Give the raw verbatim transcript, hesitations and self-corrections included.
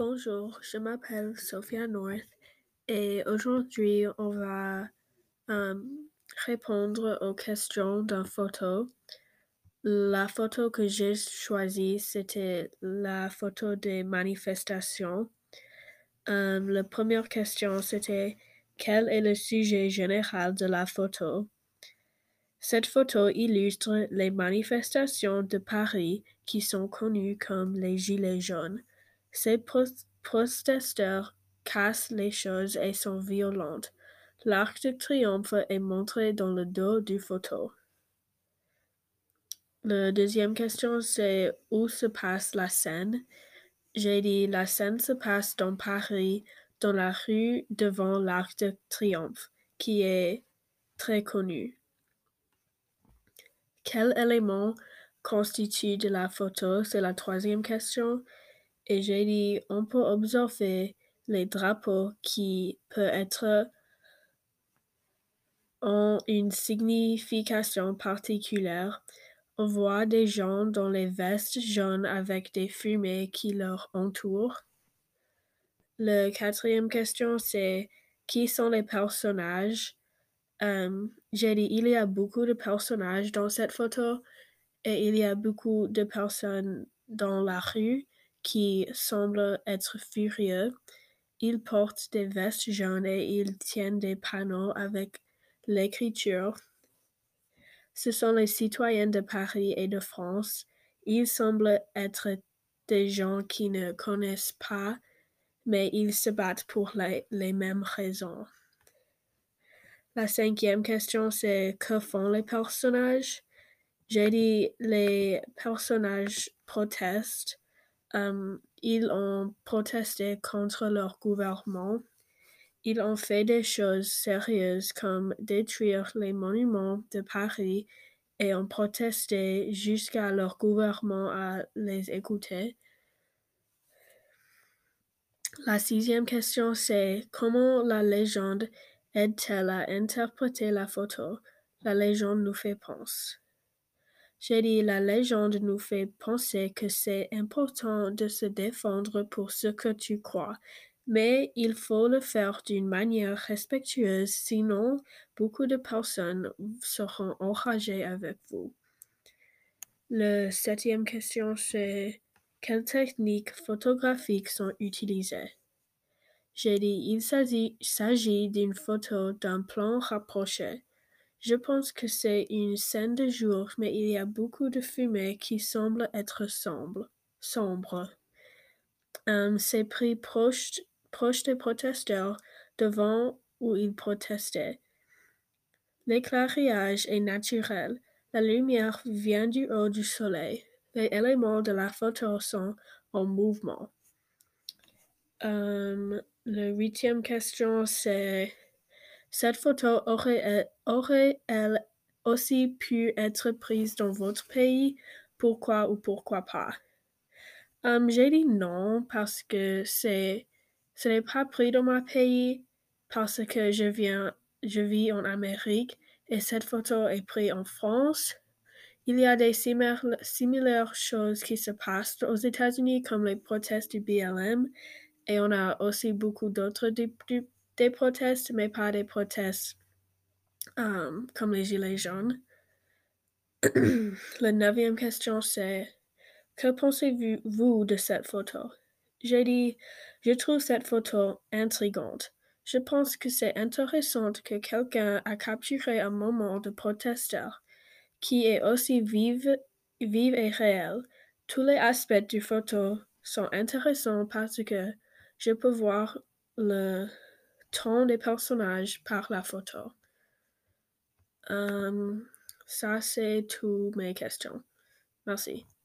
Bonjour, je m'appelle Sophia North et aujourd'hui on va euh, répondre aux questions d'une photo. La photo que j'ai choisie, c'était la photo des manifestations. Euh, la première question, c'était quel est le sujet général de la photo? Cette photo illustre les manifestations de Paris qui sont connues comme les Gilets jaunes. Ces pros- protesteurs cassent les choses et sont violents. L'Arc de Triomphe est montré dans le dos du photo. La deuxième question, c'est où se passe la scène? J'ai dit la scène se passe dans Paris, dans la rue devant l'Arc de Triomphe, qui est très connu. Quel élément constitue de la photo? C'est la troisième question. Et j'ai dit, on peut observer les drapeaux qui peuvent être ont une signification particulière. On voit des gens dans les vestes jaunes avec des fumées qui leur entourent. La quatrième question, c'est qui sont les personnages? Euh, j'ai dit, il y a beaucoup de personnages dans cette photo. Et il y a beaucoup de personnes dans la rue qui semblent être furieux. Ils portent des vestes jaunes et ils tiennent des panneaux avec l'écriture. Ce sont les citoyens de Paris et de France. Ils semblent être des gens qui ne connaissent pas, mais ils se battent pour les, les mêmes raisons. La cinquième question, c'est que font les personnages? J'ai dit les personnages protestent. Euh, ils ont protesté contre leur gouvernement. Ils ont fait des choses sérieuses comme détruire les monuments de Paris et ont protesté jusqu'à leur gouvernement à les écouter. La sixième question, c'est comment la légende aide-t-elle à interpréter la photo? La légende nous fait penser. J'ai dit la légende nous fait penser que c'est important de se défendre pour ce que tu crois, mais il faut le faire d'une manière respectueuse, sinon beaucoup de personnes seront enragées avec vous. La septième question, c'est quelles techniques photographiques sont utilisées? J'ai dit il s'agit, s'agit d'une photo d'un plan rapproché. Je pense que c'est une scène de jour, mais il y a beaucoup de fumée qui semble être sombre. sombre. Um, c'est pris proche, proche des protesteurs, devant où ils protestaient. L'éclairage est naturel. La lumière vient du haut du soleil. Les éléments de la photo sont en mouvement. Um, la huitième question, c'est cette photo aurait, aurait-elle aussi pu être prise dans votre pays? Pourquoi ou pourquoi pas? Um, j'ai dit non parce que c'est, ce n'est pas pris dans mon pays parce que je viens, je vis en Amérique et cette photo est prise en France. Il y a des simil- similaires choses qui se passent aux États-Unis comme les protestes du B L M et on a aussi beaucoup d'autres des, des protestes mais pas des protestes Um, comme les gilets jaunes. La neuvième question, c'est que pensez-vous de cette photo? J'ai dit, je trouve cette photo intrigante. Je pense que c'est intéressant que quelqu'un a capturé un moment de protesteur qui est aussi vive, vive et réel. Tous les aspects du photo sont intéressants parce que je peux voir le ton des personnages par la photo. Um, ça, c'est toutes mes questions. Merci.